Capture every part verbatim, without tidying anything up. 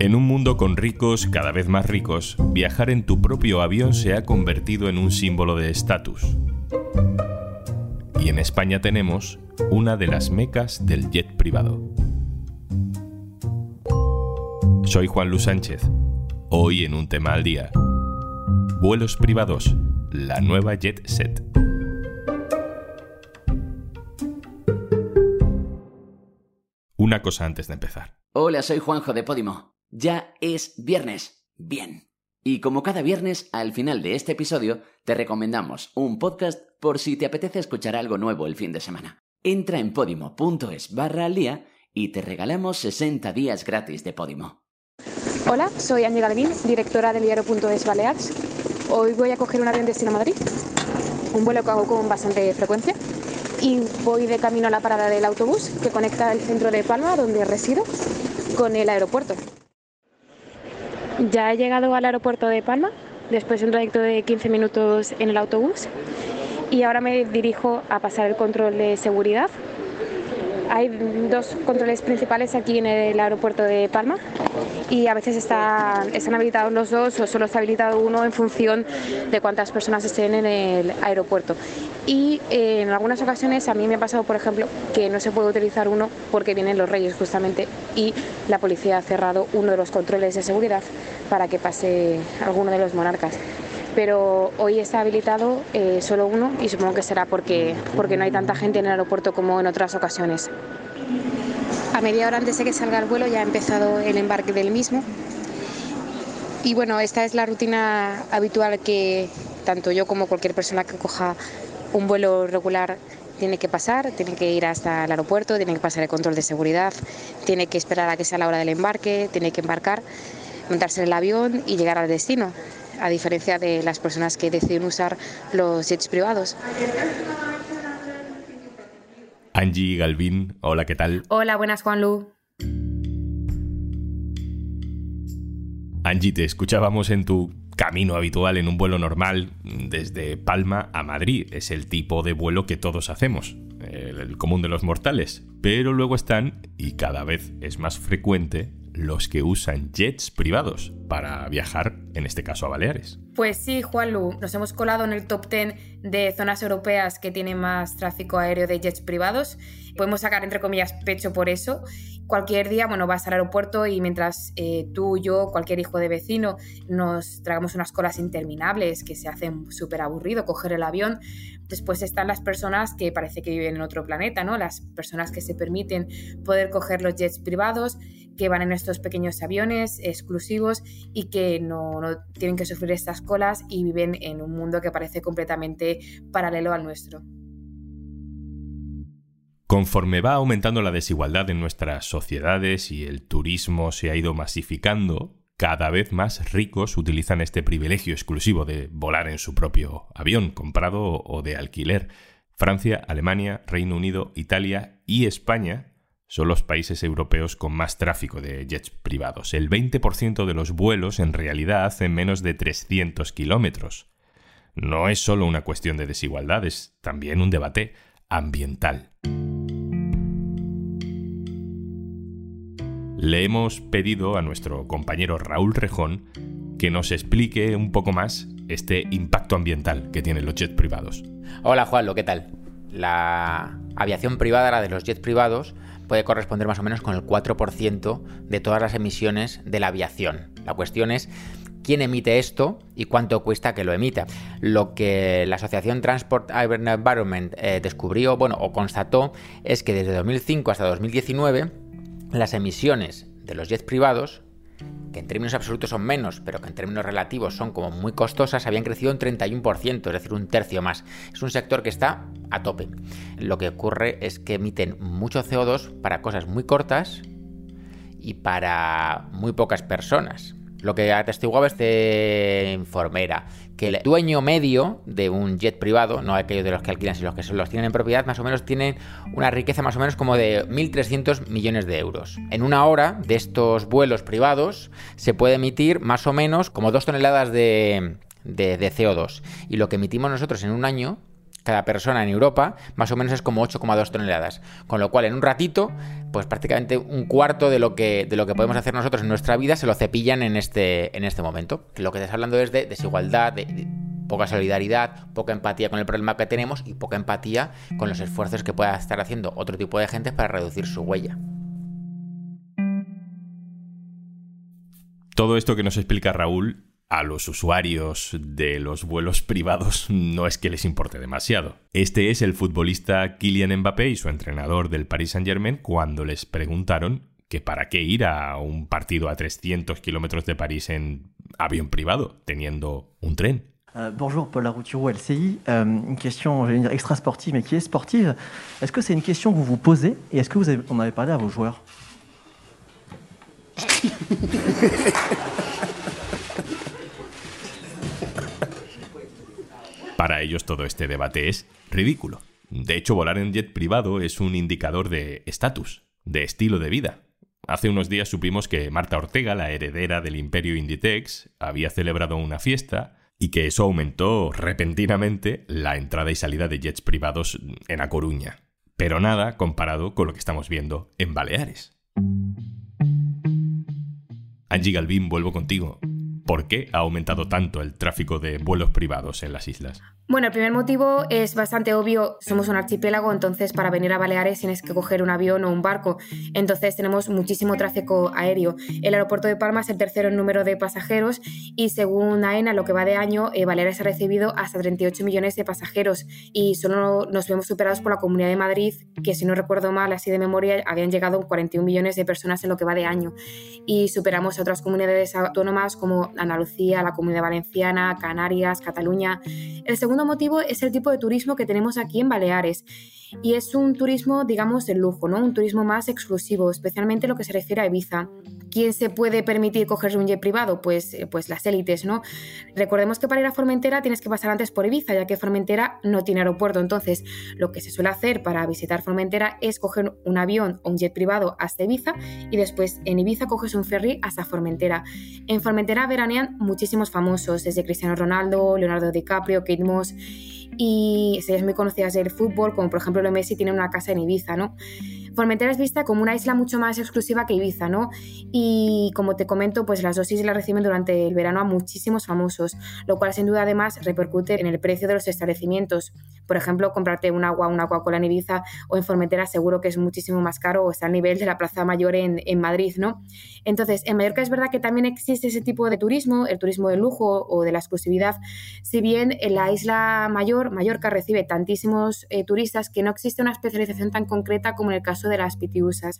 En un mundo con ricos cada vez más ricos, viajar en tu propio avión se ha convertido en un símbolo de estatus. Y en España tenemos una de las mecas del jet privado. Soy Juan Luis Sánchez. Hoy en Un Tema al Día. Vuelos privados, la nueva Jet Set. Una cosa antes de empezar. Hola, soy Juanjo de Podimo. Ya es viernes. Bien. Y como cada viernes, al final de este episodio, te recomendamos un podcast por si te apetece escuchar algo nuevo el fin de semana. Entra en podimo.es barra al día y te regalamos sesenta días gratis de Podimo. Hola, soy Angie Galvín, directora del diario.es Balears. Hoy voy a coger un avión destino a Madrid, un vuelo que hago con bastante frecuencia, y voy de camino a la parada del autobús que conecta el centro de Palma, donde resido, con el aeropuerto. Ya he llegado al aeropuerto de Palma, después de un trayecto de quince minutos en el autobús, y ahora me dirijo a pasar el control de seguridad. Hay dos controles principales aquí en el aeropuerto de Palma y a veces está, están habilitados los dos o solo está habilitado uno en función de cuántas personas estén en el aeropuerto. Y eh, en algunas ocasiones a mí me ha pasado, por ejemplo, que no se puede utilizar uno porque vienen los Reyes justamente y la policía ha cerrado uno de los controles de seguridad para que pase alguno de los monarcas. Pero hoy está habilitado eh, solo uno y supongo que será porque, porque no hay tanta gente en el aeropuerto como en otras ocasiones. A media hora antes de que salga el vuelo ya ha empezado el embarque del mismo. Y bueno, esta es la rutina habitual que tanto yo como cualquier persona que coja un vuelo regular tiene que pasar. Tiene que ir hasta el aeropuerto, tiene que pasar el control de seguridad, tiene que esperar a que sea la hora del embarque, tiene que embarcar, montarse en el avión y llegar al destino, a diferencia de las personas que deciden usar los jets privados. Angie Galvín, hola, ¿qué tal? Hola, buenas, Juanlu. Angie, te escuchábamos en tu camino habitual en un vuelo normal desde Palma a Madrid. Es el tipo de vuelo que todos hacemos, el, el común de los mortales. Pero luego están, y cada vez es más frecuente, los que usan jets privados para viajar, en este caso a Baleares. Pues sí, Juanlu, nos hemos colado en el top diez de zonas europeas que tienen más tráfico aéreo de jets privados. Podemos sacar, entre comillas, pecho por eso. Cualquier día, bueno, vas al aeropuerto y mientras eh, tú, yo, cualquier hijo de vecino nos tragamos unas colas interminables que se hacen súper aburrido coger el avión. Después están las personas que parece que viven en otro planeta, ¿no? Las personas que se permiten poder coger los jets privados, que van en estos pequeños aviones exclusivos y que no, no tienen que sufrir estas colas y viven en un mundo que parece completamente paralelo al nuestro. Conforme va aumentando la desigualdad en nuestras sociedades y el turismo se ha ido masificando, cada vez más ricos utilizan este privilegio exclusivo de volar en su propio avión, comprado o de alquiler. Francia, Alemania, Reino Unido, Italia y España son los países europeos con más tráfico de jets privados. El veinte por ciento de los vuelos en realidad hacen menos de trescientos kilómetros. No es solo una cuestión de desigualdad, es también un debate ambiental. Le hemos pedido a nuestro compañero Raúl Rejón que nos explique un poco más este impacto ambiental que tienen los jets privados. Hola Juanlo, ¿qué tal? La aviación privada, la de los jets privados, puede corresponder más o menos con el cuatro por ciento de todas las emisiones de la aviación. La cuestión es quién emite esto y cuánto cuesta que lo emita. Lo que la Asociación Transport Environment eh, descubrió, bueno, o constató, es que desde dos mil cinco hasta dos mil diecinueve las emisiones de los jets privados, que en términos absolutos son menos, pero que en términos relativos son como muy costosas, habían crecido un treinta y uno por ciento, es decir, un tercio más. Es un sector que está a tope. Lo que ocurre es que emiten mucho C O dos para cosas muy cortas y para muy pocas personas. Lo que atestiguaba este informe era que el dueño medio de un jet privado, no aquellos de los que alquilan, sino los que se los tienen en propiedad, más o menos tienen una riqueza más o menos como de mil trescientos millones de euros. En una hora de estos vuelos privados se puede emitir más o menos como dos toneladas de, de, de C O dos. Y lo que emitimos nosotros en un año cada persona en Europa, más o menos es como ocho coma dos toneladas. Con lo cual, en un ratito, pues prácticamente un cuarto de lo que, de lo que podemos hacer nosotros en nuestra vida se lo cepillan en este, en este momento. Lo que estás hablando es de desigualdad, de, de poca solidaridad, poca empatía con el problema que tenemos y poca empatía con los esfuerzos que pueda estar haciendo otro tipo de gente para reducir su huella. Todo esto que nos explica Raúl, a los usuarios de los vuelos privados no es que les importe demasiado. Este es el futbolista Kylian Mbappé y su entrenador del Paris Saint-Germain cuando les preguntaron que para qué ir a un partido a trescientos kilómetros de París en avión privado, teniendo un tren. Euh, bonjour, Paul Larouturou, L C I. Euh, une question, j'allais dire extra sportive, mais qui est sportive. Est-ce que c'est une question que vous vous posez et est-ce que vous avez, en avez parlé à vos joueurs? Para ellos todo este debate es ridículo. De hecho, volar en jet privado es un indicador de estatus, de estilo de vida. Hace unos días supimos que Marta Ortega, la heredera del imperio Inditex, había celebrado una fiesta y que eso aumentó repentinamente la entrada y salida de jets privados en A Coruña. Pero nada comparado con lo que estamos viendo en Baleares. Angie Galvín, vuelvo contigo. ¿Por qué ha aumentado tanto el tráfico de vuelos privados en las islas? Bueno, el primer motivo es bastante obvio. Somos un archipiélago, entonces para venir a Baleares tienes que coger un avión o un barco. Entonces tenemos muchísimo tráfico aéreo. El aeropuerto de Palma es el tercero en número de pasajeros y según AENA, lo que va de año, eh, Baleares ha recibido hasta treinta y ocho millones de pasajeros y solo nos vemos superados por la Comunidad de Madrid, que si no recuerdo mal, así de memoria, habían llegado cuarenta y un millones de personas en lo que va de año. Y superamos a otras comunidades autónomas como Andalucía, la Comunidad Valenciana, Canarias, Cataluña. El segundo motivo es el tipo de turismo que tenemos aquí en Baleares y es un turismo, digamos, de lujo, ¿no? Un turismo más exclusivo, especialmente lo que se refiere a Ibiza. ¿Quién se puede permitir cogerse un jet privado? Pues, pues las élites, ¿no? Recordemos que para ir a Formentera tienes que pasar antes por Ibiza, ya que Formentera no tiene aeropuerto. Entonces, lo que se suele hacer para visitar Formentera es coger un avión o un jet privado hasta Ibiza y después en Ibiza coges un ferry hasta Formentera. En Formentera veranean muchísimos famosos, desde Cristiano Ronaldo, Leonardo DiCaprio, Kate Moss y series muy conocidas del fútbol, como por ejemplo Leo Messi tiene una casa en Ibiza, ¿no? Formentera es vista como una isla mucho más exclusiva que Ibiza, ¿no? Y como te comento, pues las dos islas reciben durante el verano a muchísimos famosos, lo cual sin duda además repercute en el precio de los establecimientos. Por ejemplo, comprarte un agua, una Coca-Cola en Ibiza o en Formentera seguro que es muchísimo más caro o está al nivel de la Plaza Mayor en, en Madrid, ¿no? Entonces, en Mallorca es verdad que también existe ese tipo de turismo, el turismo de lujo o de la exclusividad, si bien en la isla mayor, Mallorca recibe tantísimos eh, turistas que no existe una especialización tan concreta como en el caso de las pitiusas.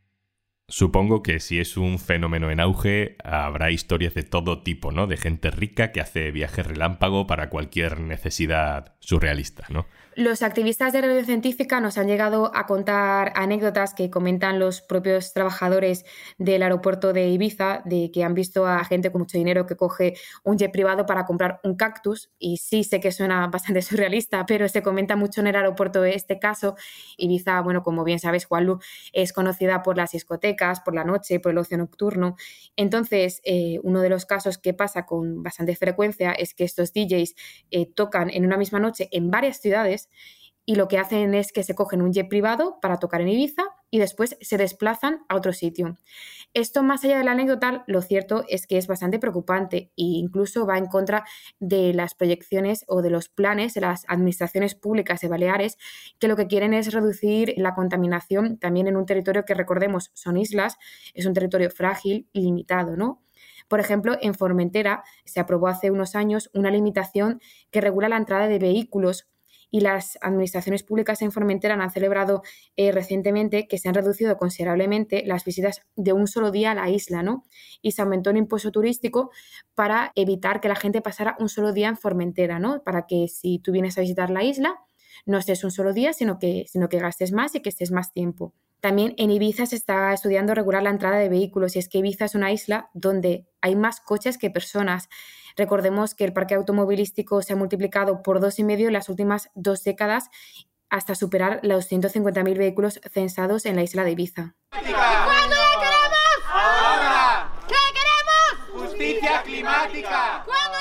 Supongo que si es un fenómeno en auge, habrá historias de todo tipo, ¿no? De gente rica que hace viajes relámpago para cualquier necesidad surrealista, ¿no? Los activistas de Radio Científica nos han llegado a contar anécdotas que comentan los propios trabajadores del aeropuerto de Ibiza, de que han visto a gente con mucho dinero que coge un jet privado para comprar un cactus, y sí sé que suena bastante surrealista, pero se comenta mucho en el aeropuerto este caso. Ibiza, bueno, como bien sabes, Juanlu, es conocida por las discotecas, por la noche, por el ocio nocturno. Entonces, eh, uno de los casos que pasa con bastante frecuencia es que estos D Js eh, tocan en una misma noche en varias ciudades y lo que hacen es que se cogen un jet privado para tocar en Ibiza y después se desplazan a otro sitio. Esto, más allá de la anécdota, lo cierto es que es bastante preocupante e incluso va en contra de las proyecciones o de los planes de las administraciones públicas de Baleares, que lo que quieren es reducir la contaminación también en un territorio que, recordemos, son islas, es un territorio frágil y limitado, ¿no? Por ejemplo, en Formentera se aprobó hace unos años una limitación que regula la entrada de vehículos y las administraciones públicas en Formentera han celebrado eh, recientemente que se han reducido considerablemente las visitas de un solo día a la isla, ¿no? Y se aumentó el impuesto turístico para evitar que la gente pasara un solo día en Formentera, ¿no? Para que si tú vienes a visitar la isla no estés un solo día, sino que, sino que gastes más y que estés más tiempo. También en Ibiza se está estudiando regular la entrada de vehículos y es que Ibiza es una isla donde hay más coches que personas. Recordemos que el parque automovilístico se ha multiplicado por dos y medio en las últimas dos décadas hasta superar los ciento cincuenta mil vehículos censados en la isla de Ibiza. ¿Cuándo la queremos? ¡Ahora! ¿Qué queremos? ¡Justicia climática! ¿Cuándo la queremos?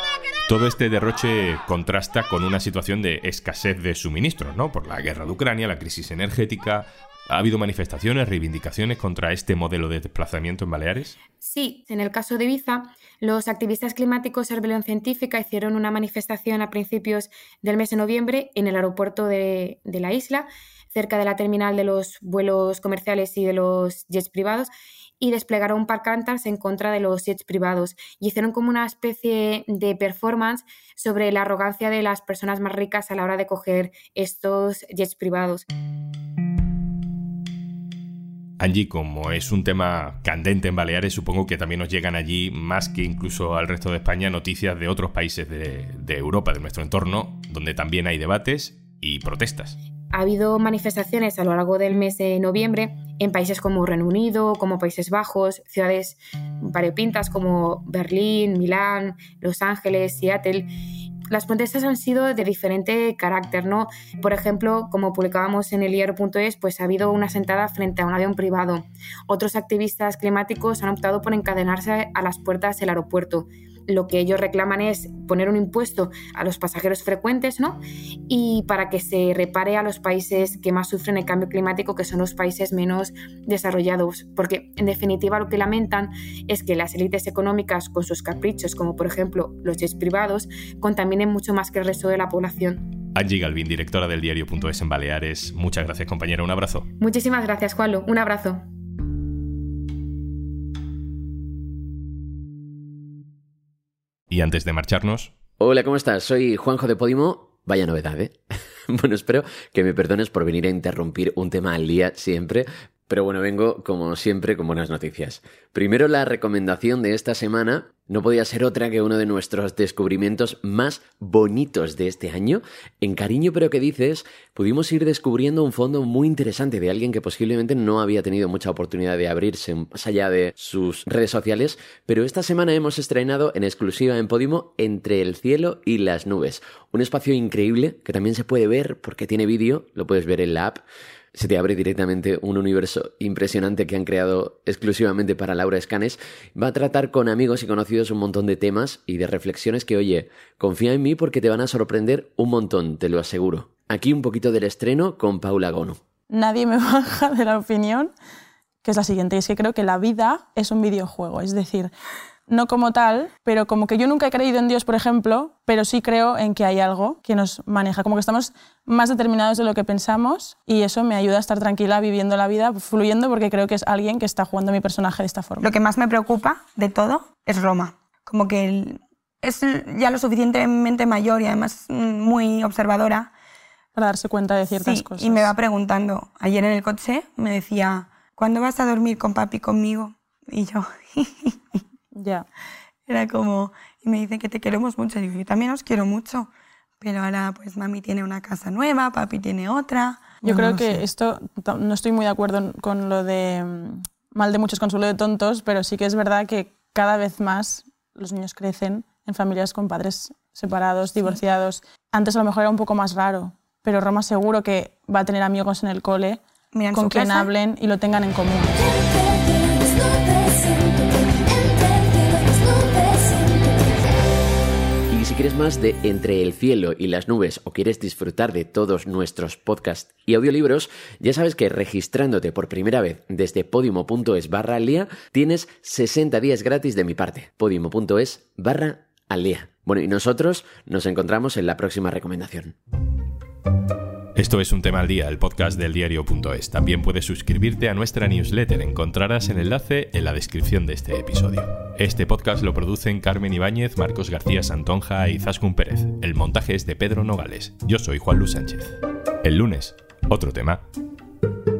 Todo este derroche contrasta con una situación de escasez de suministros, ¿no? Por la guerra de Ucrania, la crisis energética. ¿Ha habido manifestaciones, reivindicaciones contra este modelo de desplazamiento en Baleares? Sí, en el caso de Ibiza, los activistas climáticos de Rebelión Científica hicieron una manifestación a principios del mes de noviembre en el aeropuerto de, de la isla, cerca de la terminal de los vuelos comerciales y de los jets privados, y desplegaron pancartas en contra de los jets privados y hicieron como una especie de performance sobre la arrogancia de las personas más ricas a la hora de coger estos jets privados. Angie, como es un tema candente en Baleares, supongo que también nos llegan allí, más que incluso al resto de España, noticias de otros países de, de Europa, de nuestro entorno, donde también hay debates y protestas. Ha habido manifestaciones a lo largo del mes de noviembre en países como Reino Unido, como Países Bajos, ciudades variopintas como Berlín, Milán, Los Ángeles, Seattle. Las protestas han sido de diferente carácter, ¿no? Por ejemplo, como publicábamos en el diario punto es, pues ha habido una sentada frente a un avión privado. Otros activistas climáticos han optado por encadenarse a las puertas del aeropuerto. Lo que ellos reclaman es poner un impuesto a los pasajeros frecuentes, ¿no? Y para que se repare a los países que más sufren el cambio climático, que son los países menos desarrollados. Porque, en definitiva, lo que lamentan es que las élites económicas, con sus caprichos, como por ejemplo los jets privados, contaminen mucho más que el resto de la población. Angie Galvín, directora del diario punto es en Baleares. Muchas gracias, compañera. Un abrazo. Muchísimas gracias, Juanlu. Un abrazo. Y antes de marcharnos... Hola, ¿cómo estás? Soy Juanjo de Podimo. Vaya novedad, ¿eh? Bueno, espero que me perdones por venir a interrumpir un tema al día siempre, pero bueno, vengo, como siempre, con buenas noticias. Primero, la recomendación de esta semana no podía ser otra que uno de nuestros descubrimientos más bonitos de este año. En Cariño pero qué dices, pudimos ir descubriendo un fondo muy interesante de alguien que posiblemente no había tenido mucha oportunidad de abrirse más allá de sus redes sociales, pero esta semana hemos estrenado en exclusiva en Podimo Entre el cielo y las nubes. Un espacio increíble que también se puede ver porque tiene vídeo, lo puedes ver en la app. Se te abre directamente un universo impresionante que han creado exclusivamente para Laura Escanes. Va a tratar con amigos y conocidos un montón de temas y de reflexiones que, oye, confía en mí porque te van a sorprender un montón, te lo aseguro. Aquí un poquito del estreno con Paula Gonu. Nadie me baja de la opinión, que es la siguiente, y es que creo que la vida es un videojuego, es decir, no como tal, pero como que yo nunca he creído en Dios, por ejemplo, pero sí creo en que hay algo que nos maneja, como que estamos más determinados de lo que pensamos y eso me ayuda a estar tranquila viviendo la vida, fluyendo, porque creo que es alguien que está jugando a mi personaje de esta forma. Lo que más me preocupa de todo es Roma, como que es ya lo suficientemente mayor y además muy observadora para darse cuenta de ciertas sí, cosas. Y me va preguntando, ayer en el coche me decía, ¿cuándo vas a dormir con papi conmigo? Y yo... Ya. Era como, y me dicen que te queremos mucho. Y digo, yo también os quiero mucho. Pero ahora, pues, mami tiene una casa nueva, papi tiene otra. Yo no, creo no que sé. esto, no estoy muy de acuerdo con lo de mal de muchos, consuelo de tontos, pero sí que es verdad que cada vez más los niños crecen en familias con padres separados, sí. divorciados. Antes a lo mejor era un poco más raro, pero Roma seguro que va a tener amigos en el cole Mira, en con quien casa, hablen y lo tengan en común. Y si quieres más de Entre el cielo y las nubes o quieres disfrutar de todos nuestros podcasts y audiolibros, ya sabes que registrándote por primera vez desde podimo punto es barra al día tienes sesenta días gratis de mi parte. podimo punto es barra al día. Bueno, y nosotros nos encontramos en la próxima recomendación. Esto es Un Tema al Día, el podcast del diario punto es. También puedes suscribirte a nuestra newsletter. Encontrarás el enlace en la descripción de este episodio. Este podcast lo producen Carmen Ibáñez, Marcos García Santonja y Zaskun Pérez. El montaje es de Pedro Nogales. Yo soy Juanlu Sánchez. El lunes, otro tema.